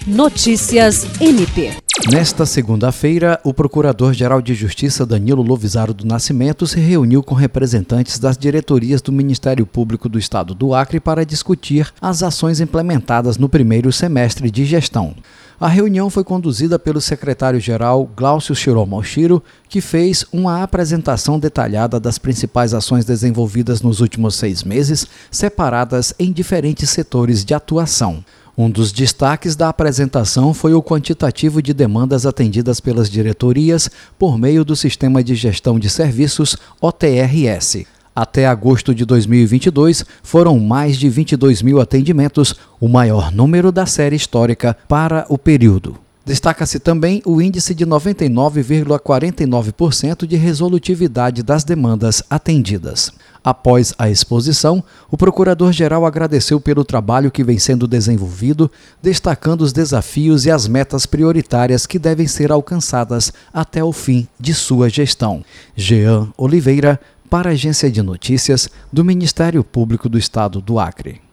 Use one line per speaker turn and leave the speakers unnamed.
Notícias MP.
Nesta segunda-feira, o Procurador-Geral de Justiça Danilo Lovisaro do Nascimento se reuniu com representantes das diretorias do Ministério Público do Estado do Acre para discutir as ações implementadas no primeiro semestre de gestão. A reunião foi conduzida pelo secretário-geral Glaucio Shiromashiro, que fez uma apresentação detalhada das principais ações desenvolvidas nos últimos 6 meses, separadas em diferentes setores de atuação. Um dos destaques da apresentação foi o quantitativo de demandas atendidas pelas diretorias por meio do Sistema de Gestão de Serviços, OTRS. Até agosto de 2022, foram mais de 22 mil atendimentos, o maior número da série histórica para o período. Destaca-se também o índice de 99,49% de resolutividade das demandas atendidas. Após a exposição, o Procurador-Geral agradeceu pelo trabalho que vem sendo desenvolvido, destacando os desafios e as metas prioritárias que devem ser alcançadas até o fim de sua gestão. Jean Oliveira, para a Agência de Notícias do Ministério Público do Estado do Acre.